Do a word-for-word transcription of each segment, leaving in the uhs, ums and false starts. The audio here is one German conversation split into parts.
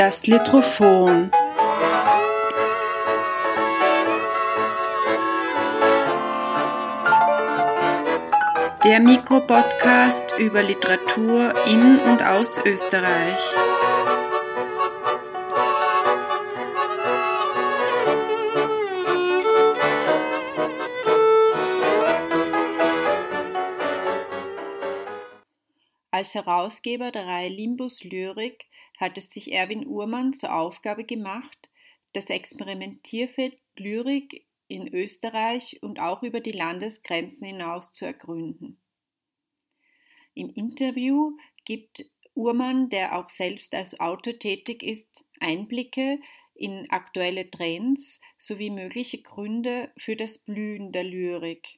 Das Litrophon. Der Mikropodcast über Literatur in und aus Österreich. Als Herausgeber der Reihe Limbus Lyrik hat es sich Erwin Uhrmann zur Aufgabe gemacht, das Experimentierfeld Lyrik in Österreich und auch über die Landesgrenzen hinaus zu ergründen. Im Interview gibt Uhrmann, der auch selbst als Autor tätig ist, Einblicke in aktuelle Trends sowie mögliche Gründe für das Blühen der Lyrik.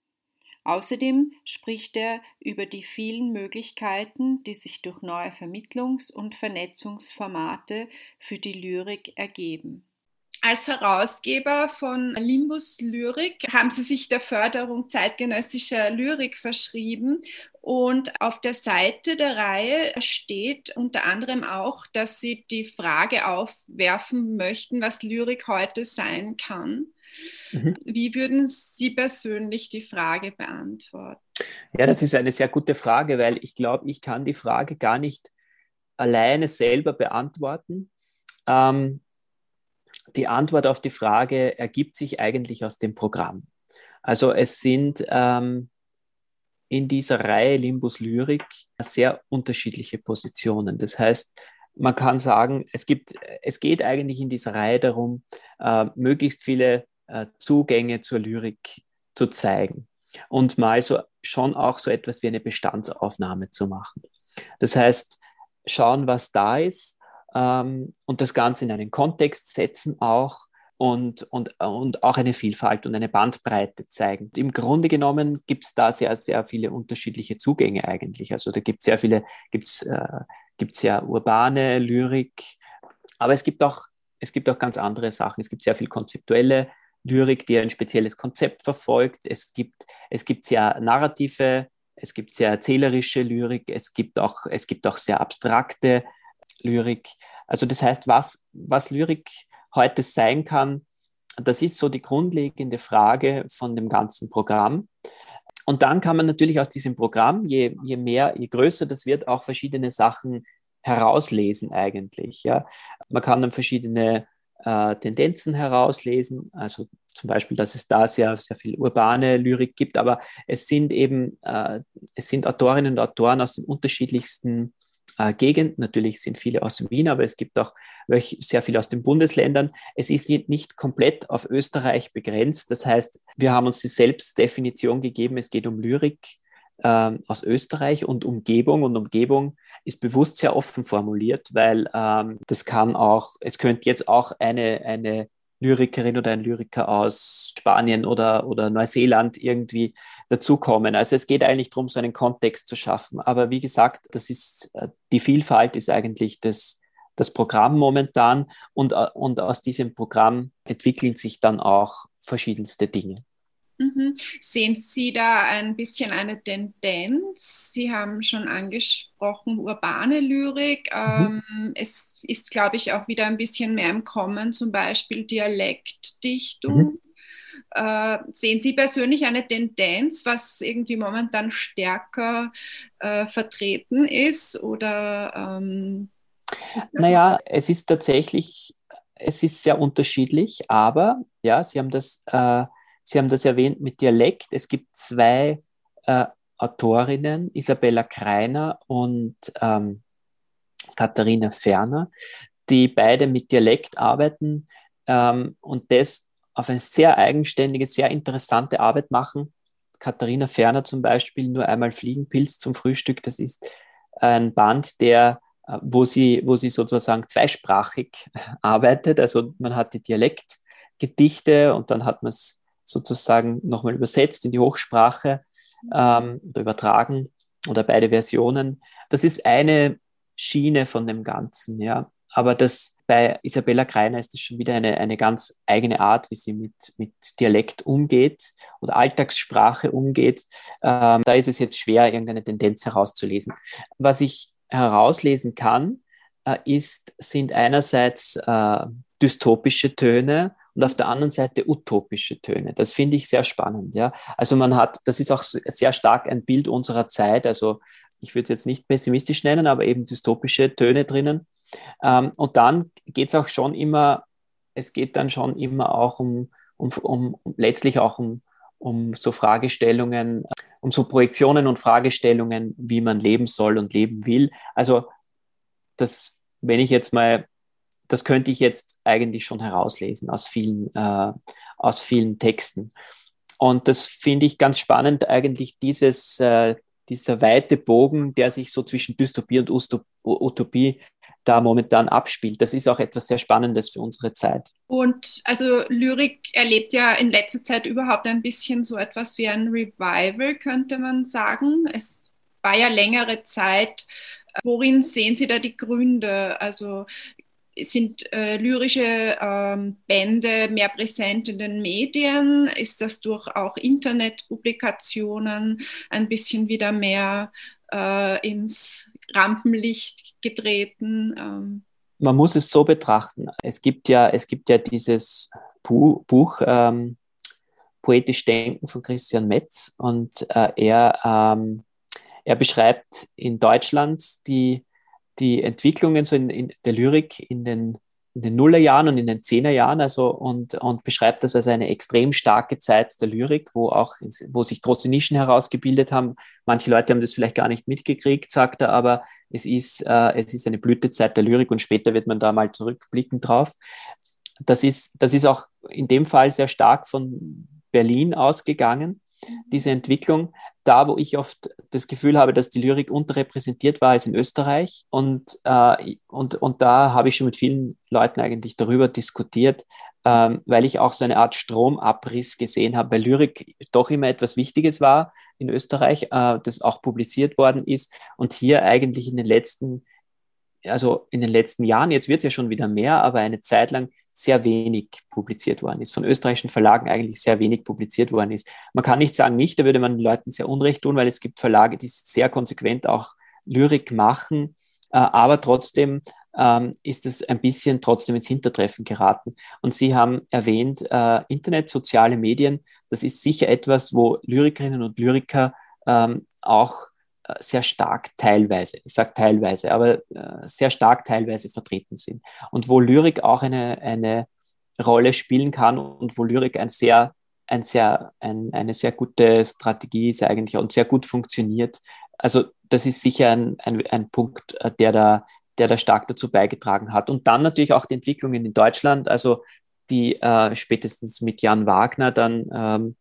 Außerdem spricht er über die vielen Möglichkeiten, die sich durch neue Vermittlungs- und Vernetzungsformate für die Lyrik ergeben. Als Herausgeber von Limbus Lyrik haben Sie sich der Förderung zeitgenössischer Lyrik verschrieben und auf der Seite der Reihe steht unter anderem auch, dass Sie die Frage aufwerfen möchten, was Lyrik heute sein kann. Mhm. Wie würden Sie persönlich die Frage beantworten? Ja, das ist eine sehr gute Frage, weil ich glaube, ich kann die Frage gar nicht alleine selber beantworten. Ähm, die Antwort auf die Frage ergibt sich eigentlich aus dem Programm. Also es sind ähm, in dieser Reihe Limbus Lyrik sehr unterschiedliche Positionen. Das heißt, man kann sagen, es gibt, es geht eigentlich in dieser Reihe darum, äh, möglichst viele äh, Zugänge zur Lyrik zu zeigen und mal so schon auch so etwas wie eine Bestandsaufnahme zu machen. Das heißt, schauen, was da ist, ähm, und das Ganze in einen Kontext setzen auch und, und, und auch eine Vielfalt und eine Bandbreite zeigen. Im Grunde genommen gibt es da sehr, sehr viele unterschiedliche Zugänge eigentlich. Also da gibt es sehr viele, gibt's, äh, gibt's ja urbane Lyrik, aber es gibt auch, es gibt auch ganz andere Sachen. Es gibt sehr viel konzeptuelle Lyrik, die ein spezielles Konzept verfolgt. Es gibt, es gibt sehr narrative, es gibt sehr erzählerische Lyrik, es gibt auch, es gibt auch sehr abstrakte Lyrik. Also das heißt, was, was Lyrik heute sein kann, das ist so die grundlegende Frage von dem ganzen Programm. Und dann kann man natürlich aus diesem Programm, je, je mehr, je größer das wird, auch verschiedene Sachen herauslesen eigentlich. Ja. Man kann dann verschiedene äh, Tendenzen herauslesen, also zum Beispiel, dass es da sehr, sehr viel urbane Lyrik gibt, aber es sind eben, äh, es sind Autorinnen und Autoren aus den unterschiedlichsten äh, Gegenden. Natürlich sind viele aus Wien, aber es gibt auch sehr viel aus den Bundesländern. Es ist nicht komplett auf Österreich begrenzt. Das heißt, wir haben uns die Selbstdefinition gegeben, es geht um Lyrik ähm, aus Österreich und Umgebung. Und Umgebung ist bewusst sehr offen formuliert, weil ähm, das kann auch, es könnte jetzt auch eine, eine Lyrikerin oder ein Lyriker aus Spanien oder, oder Neuseeland irgendwie dazukommen. Also es geht eigentlich darum, so einen Kontext zu schaffen. Aber wie gesagt, das ist, die Vielfalt ist eigentlich das, das Programm momentan und, und aus diesem Programm entwickeln sich dann auch verschiedenste Dinge. Mhm. Sehen Sie da ein bisschen eine Tendenz? Sie haben schon angesprochen, urbane Lyrik. Mhm. Ähm, es ist, glaube ich, auch wieder ein bisschen mehr im Kommen, zum Beispiel Dialektdichtung. Mhm. Äh, sehen Sie persönlich eine Tendenz, was irgendwie momentan stärker äh, vertreten ist? Oder ähm, ist naja, es ist tatsächlich, es ist sehr unterschiedlich, aber ja, Sie haben das äh, Sie haben das erwähnt mit Dialekt. Es gibt zwei äh, Autorinnen, Isabella Kreiner und ähm, Katharina Ferner, die beide mit Dialekt arbeiten ähm, und das auf eine sehr eigenständige, sehr interessante Arbeit machen. Katharina Ferner zum Beispiel, Nur einmal Fliegenpilz zum Frühstück, das ist ein Band, der, wo sie, wo sie sozusagen zweisprachig arbeitet. Also man hat die Dialektgedichte und dann hat man es sozusagen nochmal übersetzt in die Hochsprache ähm, oder übertragen oder beide Versionen. Das ist eine Schiene von dem Ganzen, ja. Aber das, bei Isabella Kreiner ist das schon wieder eine, eine ganz eigene Art, wie sie mit, mit Dialekt umgeht und Alltagssprache umgeht. Ähm, da ist es jetzt schwer, irgendeine Tendenz herauszulesen. Was ich herauslesen kann, äh, ist, sind einerseits äh, dystopische Töne und auf der anderen Seite utopische Töne. Das finde ich sehr spannend. Ja? Also man hat, das ist auch sehr stark ein Bild unserer Zeit. Also ich würde es jetzt nicht pessimistisch nennen, aber eben dystopische Töne drinnen. Ähm, und dann geht es auch schon immer, es geht dann schon immer auch um, um, um, um letztlich auch um, um so Fragestellungen, um so Projektionen und Fragestellungen, wie man leben soll und leben will. Also das, wenn ich jetzt mal, das könnte ich jetzt eigentlich schon herauslesen aus vielen, äh, aus vielen Texten. Und das finde ich ganz spannend, eigentlich dieses, äh, dieser weite Bogen, der sich so zwischen Dystopie und Utopie da momentan abspielt. Das ist auch etwas sehr Spannendes für unsere Zeit. Und also Lyrik erlebt ja in letzter Zeit überhaupt ein bisschen so etwas wie ein Revival, könnte man sagen. Es war ja längere Zeit. Worin sehen Sie da die Gründe? Also sind äh, lyrische ähm, Bände mehr präsent in den Medien? Ist das durch auch Internetpublikationen ein bisschen wieder mehr äh, ins Rampenlicht getreten? Ähm. Man muss es so betrachten. Es gibt ja, es gibt ja dieses Bu- Buch ähm, Poetisch Denken von Christian Metz und äh, er, ähm, er beschreibt in Deutschland die die Entwicklungen so in, in der Lyrik in den, in den Nullerjahren und in den Zehnerjahren, also und, und beschreibt das als eine extrem starke Zeit der Lyrik, wo auch, wo sich große Nischen herausgebildet haben. Manche Leute haben das vielleicht gar nicht mitgekriegt, sagt er, aber es ist, äh, es ist eine Blütezeit der Lyrik und später wird man da mal zurückblicken drauf. Das ist, das ist auch in dem Fall sehr stark von Berlin ausgegangen, diese Entwicklung. Da, wo ich oft das Gefühl habe, dass die Lyrik unterrepräsentiert war, ist in Österreich. Und, äh, und, und da habe ich schon mit vielen Leuten eigentlich darüber diskutiert, ähm, weil ich auch so eine Art Stromabriss gesehen habe, weil Lyrik doch immer etwas Wichtiges war in Österreich, äh, das auch publiziert worden ist. Und hier eigentlich in den letzten, also in den letzten Jahren, jetzt wird es ja schon wieder mehr, aber eine Zeit lang sehr wenig publiziert worden ist, von österreichischen Verlagen eigentlich sehr wenig publiziert worden ist. Man kann nicht sagen nicht, da würde man den Leuten sehr Unrecht tun, weil es gibt Verlage, die sehr konsequent auch Lyrik machen, äh, aber trotzdem ähm, ist es ein bisschen trotzdem ins Hintertreffen geraten. Und Sie haben erwähnt, äh, Internet, soziale Medien, das ist sicher etwas, wo Lyrikerinnen und Lyriker ähm, auch sehr stark teilweise, ich sage teilweise, aber äh, sehr stark teilweise vertreten sind. Und wo Lyrik auch eine, eine Rolle spielen kann und wo Lyrik ein sehr, ein sehr, ein, eine sehr gute Strategie ist eigentlich und sehr gut funktioniert. Also das ist sicher ein, ein, ein Punkt, der da, der da stark dazu beigetragen hat. Und dann natürlich auch die Entwicklungen in Deutschland, also die äh, spätestens mit Jan Wagner dann ähm,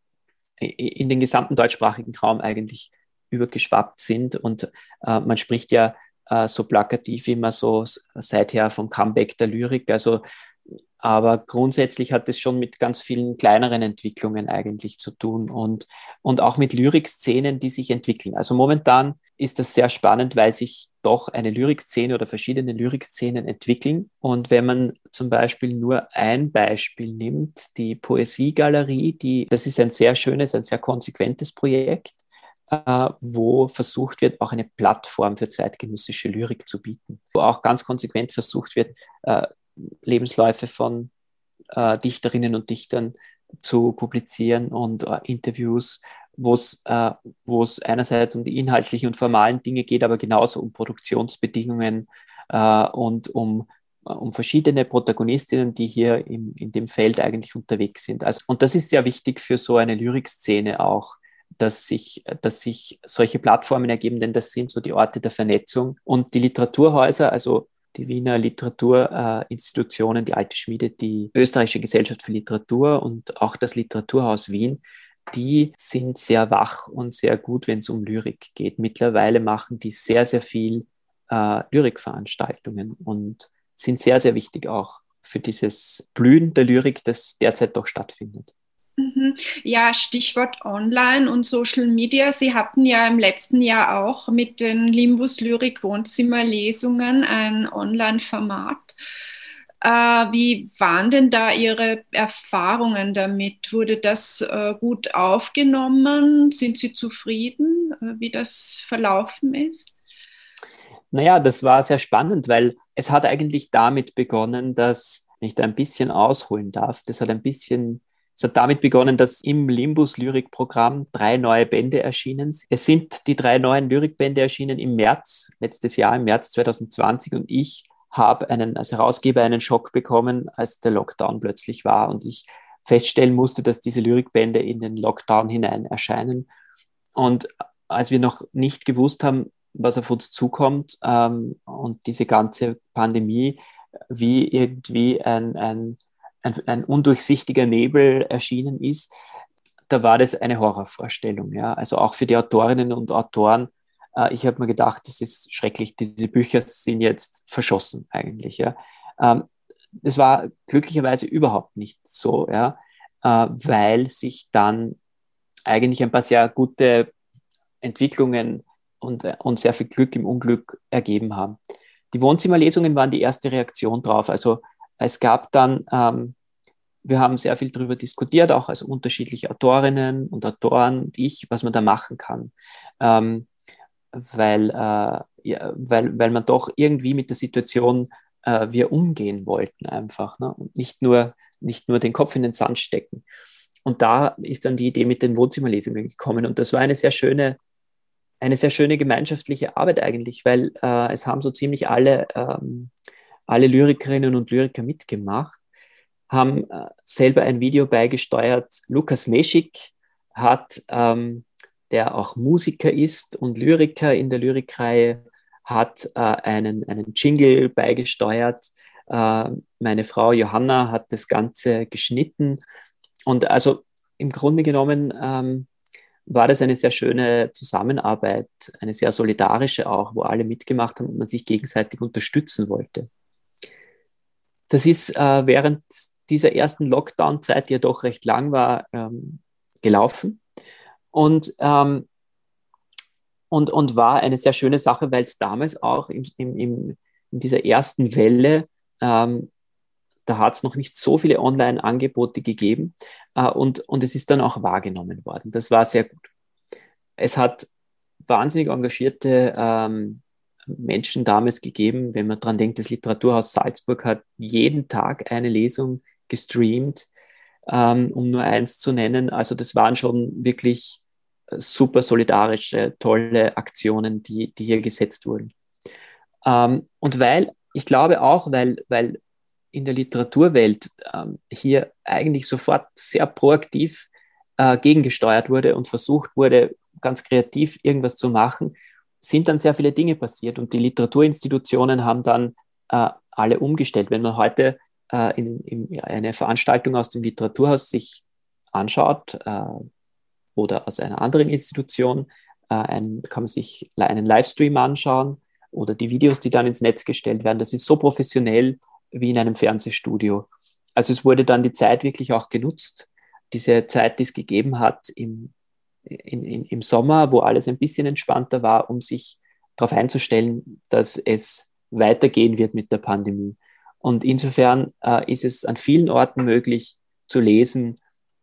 in den gesamten deutschsprachigen Raum eigentlich übergeschwappt sind. Und äh, man spricht ja äh, so plakativ immer so seither vom Comeback der Lyrik. Also, aber grundsätzlich hat es schon mit ganz vielen kleineren Entwicklungen eigentlich zu tun und, und auch mit Lyrikszenen, die sich entwickeln. Also momentan ist das sehr spannend, weil sich doch eine Lyrikszene oder verschiedene Lyrikszenen entwickeln. Und wenn man zum Beispiel nur ein Beispiel nimmt, die Poesiegalerie, die, das ist ein sehr schönes, ein sehr konsequentes Projekt, Uh, wo versucht wird, auch eine Plattform für zeitgenössische Lyrik zu bieten. Wo auch ganz konsequent versucht wird, uh, Lebensläufe von uh, Dichterinnen und Dichtern zu publizieren und uh, Interviews, wo es uh, wo es einerseits um die inhaltlichen und formalen Dinge geht, aber genauso um Produktionsbedingungen uh, und um um verschiedene Protagonistinnen, die hier im, in dem Feld eigentlich unterwegs sind. Also, und das ist sehr wichtig für so eine Lyrikszene auch, dass sich, dass sich solche Plattformen ergeben, denn das sind so die Orte der Vernetzung. Und die Literaturhäuser, also die Wiener Literaturinstitutionen, die Alte Schmiede, die Österreichische Gesellschaft für Literatur und auch das Literaturhaus Wien, die sind sehr wach und sehr gut, wenn es um Lyrik geht. Mittlerweile machen die sehr, sehr viel äh, Lyrikveranstaltungen und sind sehr, sehr wichtig auch für dieses Blühen der Lyrik, das derzeit doch stattfindet. Ja, Stichwort Online und Social Media. Sie hatten ja im letzten Jahr auch mit den Limbus Lyrik Wohnzimmerlesungen ein Online-Format. Äh, wie waren denn da Ihre Erfahrungen damit? Wurde das äh, gut aufgenommen? Sind Sie zufrieden, äh, wie das verlaufen ist? naja, das war sehr spannend, weil es hat eigentlich damit begonnen, dass, wenn ich da ein bisschen ausholen darf, das hat ein bisschen, es hat damit begonnen, dass im Limbus Lyrikprogramm drei neue Bände erschienen sind. Es sind die drei neuen Lyrikbände erschienen im März, letztes Jahr, im März zwanzig zwanzig, und ich habe einen, als Herausgeber einen Schock bekommen, als der Lockdown plötzlich war und ich feststellen musste, dass diese Lyrikbände in den Lockdown hinein erscheinen. Und als wir noch nicht gewusst haben, was auf uns zukommt, ähm, und diese ganze Pandemie wie irgendwie ein, ein, ein, ein undurchsichtiger Nebel erschienen ist, da war das eine Horrorvorstellung. Ja? Also auch für die Autorinnen und Autoren. Äh, ich habe mir gedacht, das ist schrecklich, diese Bücher sind jetzt verschossen eigentlich. Ja? Ähm, es war glücklicherweise überhaupt nicht so, ja? Äh, weil sich dann eigentlich ein paar sehr gute Entwicklungen und, und sehr viel Glück im Unglück ergeben haben. Die Wohnzimmerlesungen waren die erste Reaktion drauf. Also es gab dann, ähm, wir haben sehr viel darüber diskutiert, auch also unterschiedliche Autorinnen und Autoren und ich, was man da machen kann. Ähm, weil, äh, ja, weil, weil man doch irgendwie mit der Situation äh, wir umgehen wollten einfach, ne? Und nicht nur, nicht nur den Kopf in den Sand stecken. Und da ist dann die Idee mit den Wohnzimmerlesungen gekommen. Und das war eine sehr schöne, eine sehr schöne gemeinschaftliche Arbeit eigentlich, weil äh, es haben so ziemlich alle, ähm, alle Lyrikerinnen und Lyriker mitgemacht, haben äh, selber ein Video beigesteuert. Lukas Meschik hat, ähm, der auch Musiker ist und Lyriker in der Lyrikreihe, hat äh, einen, einen Jingle beigesteuert. Äh, meine Frau Johanna hat das Ganze geschnitten. Und also im Grunde genommen ähm, war das eine sehr schöne Zusammenarbeit, eine sehr solidarische auch, wo alle mitgemacht haben und man sich gegenseitig unterstützen wollte. Das ist äh, während dieser ersten Lockdown-Zeit, die ja doch recht lang war, ähm, gelaufen und, ähm, und, und war eine sehr schöne Sache, weil es damals auch im, im, im, in dieser ersten Welle, ähm, da hat es noch nicht so viele Online-Angebote gegeben, äh, und, und es ist dann auch wahrgenommen worden. Das war sehr gut. Es hat wahnsinnig engagierte ähm, Menschen damals gegeben, wenn man daran denkt, das Literaturhaus Salzburg hat jeden Tag eine Lesung gestreamt, ähm, um nur eins zu nennen. Also das waren schon wirklich super solidarische, tolle Aktionen, die, die hier gesetzt wurden. Ähm, und weil, ich glaube auch, weil, weil in der Literaturwelt ähm, hier eigentlich sofort sehr proaktiv äh, gegengesteuert wurde und versucht wurde, ganz kreativ irgendwas zu machen, sind dann sehr viele Dinge passiert und die Literaturinstitutionen haben dann äh, alle umgestellt. Wenn man heute äh, in, in, ja, eine Veranstaltung aus dem Literaturhaus sich anschaut äh, oder aus einer anderen Institution, äh, ein, kann man sich einen Livestream anschauen oder die Videos, die dann ins Netz gestellt werden. Das ist so professionell wie in einem Fernsehstudio. Also es wurde dann die Zeit wirklich auch genutzt, diese Zeit, die es gegeben hat im, in, in, im Sommer, wo alles ein bisschen entspannter war, um sich darauf einzustellen, dass es weitergehen wird mit der Pandemie. Und insofern äh, ist es an vielen Orten möglich zu lesen,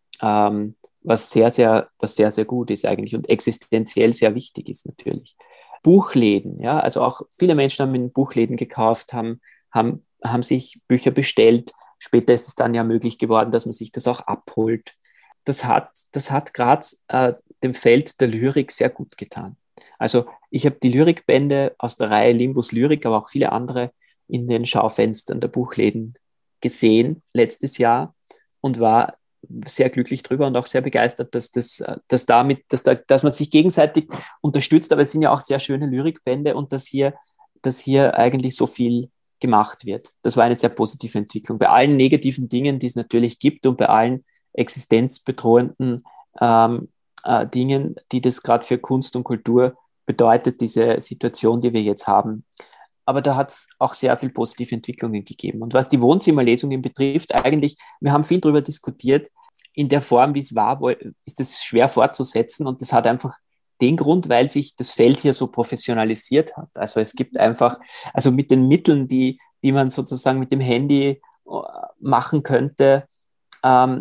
ähm, was sehr, sehr, was sehr, sehr gut ist eigentlich und existenziell sehr wichtig ist natürlich. Buchläden, ja, also auch viele Menschen haben in Buchläden gekauft, haben, haben, haben sich Bücher bestellt. Später ist es dann ja möglich geworden, dass man sich das auch abholt. Das hat, das hat gerade äh, dem Feld der Lyrik sehr gut getan. Also ich habe die Lyrikbände aus der Reihe Limbus Lyrik, aber auch viele andere in den Schaufenstern der Buchläden gesehen letztes Jahr und war sehr glücklich drüber und auch sehr begeistert, dass, das, dass, damit, dass, da, dass man sich gegenseitig unterstützt, aber es sind ja auch sehr schöne Lyrikbände und dass hier, dass hier eigentlich so viel gemacht wird. Das war eine sehr positive Entwicklung. Bei allen negativen Dingen, die es natürlich gibt und bei allen existenzbedrohenden ähm, äh, Dingen, die das gerade für Kunst und Kultur bedeutet, diese Situation, die wir jetzt haben. Aber da hat es auch sehr viel positive Entwicklungen gegeben. Und was die Wohnzimmerlesungen betrifft, eigentlich, wir haben viel darüber diskutiert, in der Form, wie es war, wo, ist es schwer fortzusetzen. Und das hat einfach den Grund, weil sich das Feld hier so professionalisiert hat. Also es gibt einfach, also mit den Mitteln, die, die man sozusagen mit dem Handy machen könnte, ähm,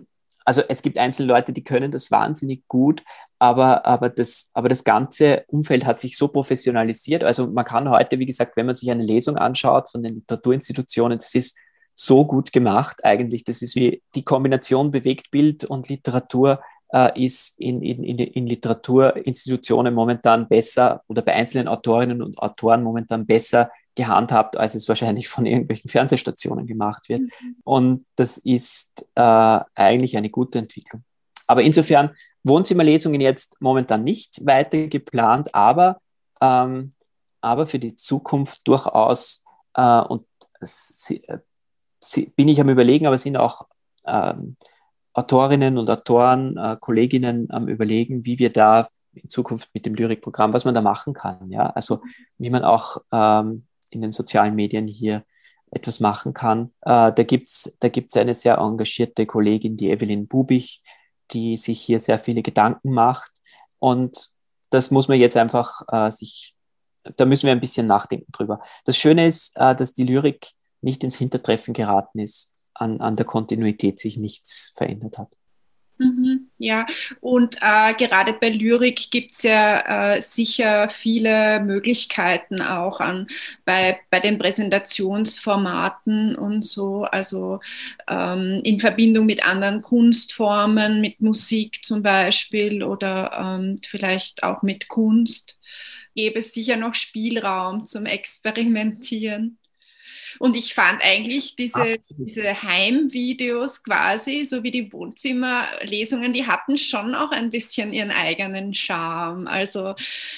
also es gibt einzelne Leute, die können das wahnsinnig gut, aber, aber, das, aber das ganze Umfeld hat sich so professionalisiert. Also man kann heute, wie gesagt, wenn man sich eine Lesung anschaut von den Literaturinstitutionen, das ist so gut gemacht eigentlich. Das ist wie die Kombination Bewegtbild und Literatur äh, ist in, in, in, in Literaturinstitutionen momentan besser oder bei einzelnen Autorinnen und Autoren momentan besser gehandhabt, als es wahrscheinlich von irgendwelchen Fernsehstationen gemacht wird. Mhm. Und das ist äh, eigentlich eine gute Entwicklung. Aber insofern Wohnzimmerlesungen jetzt momentan nicht weiter geplant, aber, ähm, aber für die Zukunft durchaus äh, und sie, sie, bin ich am Überlegen, aber sind auch ähm, Autorinnen und Autoren, äh, Kolleginnen am Überlegen, wie wir da in Zukunft mit dem Lyrikprogramm, was man da machen kann. Ja? Also wie man auch ähm, in den sozialen Medien hier etwas machen kann. Äh, da gibt es da gibt's eine sehr engagierte Kollegin, die Evelyn Bubich, die sich hier sehr viele Gedanken macht. Und das muss man jetzt einfach äh, sich, da müssen wir ein bisschen nachdenken drüber. Das Schöne ist, äh, dass die Lyrik nicht ins Hintertreffen geraten ist, an, an der Kontinuität sich nichts verändert hat. Mhm, ja, und äh, gerade bei Lyrik gibt es ja äh, sicher viele Möglichkeiten auch an, bei, bei den Präsentationsformaten und so, also ähm, in Verbindung mit anderen Kunstformen, mit Musik zum Beispiel oder ähm, vielleicht auch mit Kunst, gäbe es sicher noch Spielraum zum Experimentieren. Und ich fand eigentlich diese, diese Heimvideos quasi, so wie die Wohnzimmerlesungen, die hatten schon auch ein bisschen ihren eigenen Charme. Also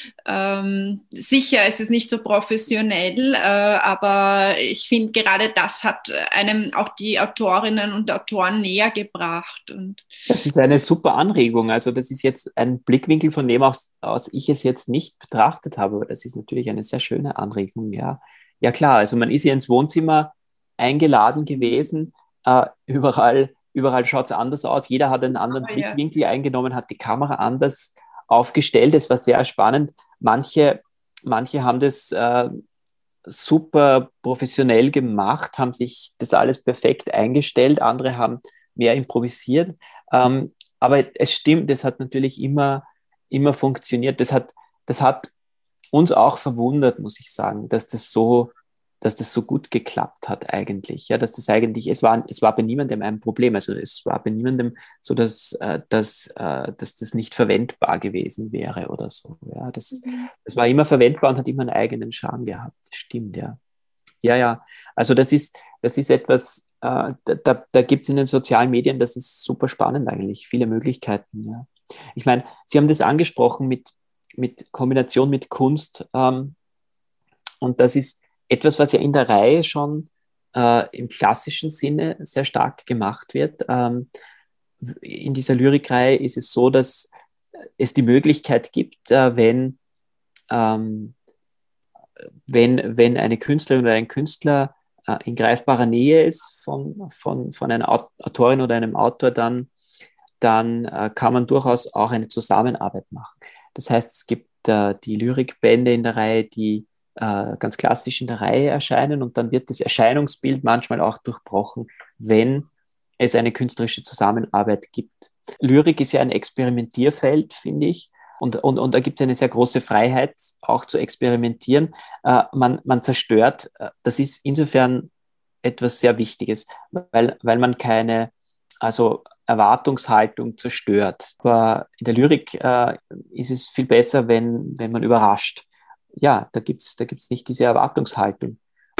ähm, sicher ist es nicht so professionell, äh, aber ich finde, gerade das hat einem auch die Autorinnen und Autoren näher gebracht. Und das ist eine super Anregung. Also das ist jetzt ein Blickwinkel, von dem aus, aus ich es jetzt nicht betrachtet habe, aber das ist natürlich eine sehr schöne Anregung, ja. Ja klar, also man ist hier ins Wohnzimmer eingeladen gewesen, äh, überall, überall schaut es anders aus, jeder hat einen anderen oh, Blickwinkel ja. eingenommen, hat die Kamera anders aufgestellt, es war sehr spannend. Manche, manche haben das äh, super professionell gemacht, haben sich das alles perfekt eingestellt, andere haben mehr improvisiert, ähm, aber es stimmt, das hat natürlich immer, immer funktioniert, das hat, das hat uns auch verwundert, muss ich sagen, dass das so, dass das so gut geklappt hat eigentlich. Ja, dass das eigentlich, es war, es war bei niemandem ein Problem. Also es war bei niemandem so, dass, äh, dass, äh, dass das nicht verwendbar gewesen wäre oder so. Ja, das, mhm. das war immer verwendbar und hat immer einen eigenen Charme gehabt. Das stimmt, ja. Ja, ja. Also das ist, das ist etwas, äh, da, da, da gibt es in den sozialen Medien, das ist super spannend eigentlich, viele Möglichkeiten. Ja. Ich meine, Sie haben das angesprochen mit mit Kombination mit Kunst. Ähm, und das ist etwas, was ja in der Reihe schon äh, im klassischen Sinne sehr stark gemacht wird. Ähm, in dieser Lyrikreihe ist es so, dass es die Möglichkeit gibt, äh, wenn, ähm, wenn, wenn eine Künstlerin oder ein Künstler äh, in greifbarer Nähe ist von, von, von einer Autorin oder einem Autor, dann, dann äh, kann man durchaus auch eine Zusammenarbeit machen. Das heißt, es gibt äh, die Lyrikbände in der Reihe, die äh, ganz klassisch in der Reihe erscheinen und dann wird das Erscheinungsbild manchmal auch durchbrochen, wenn es eine künstlerische Zusammenarbeit gibt. Lyrik ist ja ein Experimentierfeld, finde ich, und, und, und da gibt es eine sehr große Freiheit, auch zu experimentieren. Äh, man, man zerstört, äh, das ist insofern etwas sehr Wichtiges, weil, weil man keine, also Erwartungshaltung zerstört. Aber in der Lyrik äh, ist es viel besser, wenn, wenn man überrascht. Ja, da gibt es da gibt's nicht diese Erwartungshaltung.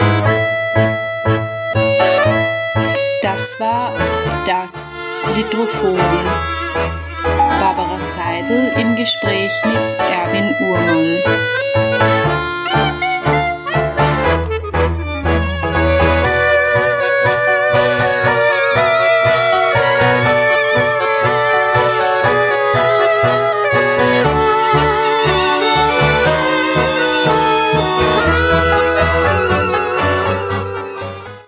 Das war das Lithrophon. Barbara Seidel im Gespräch mit Erwin Uhrmann.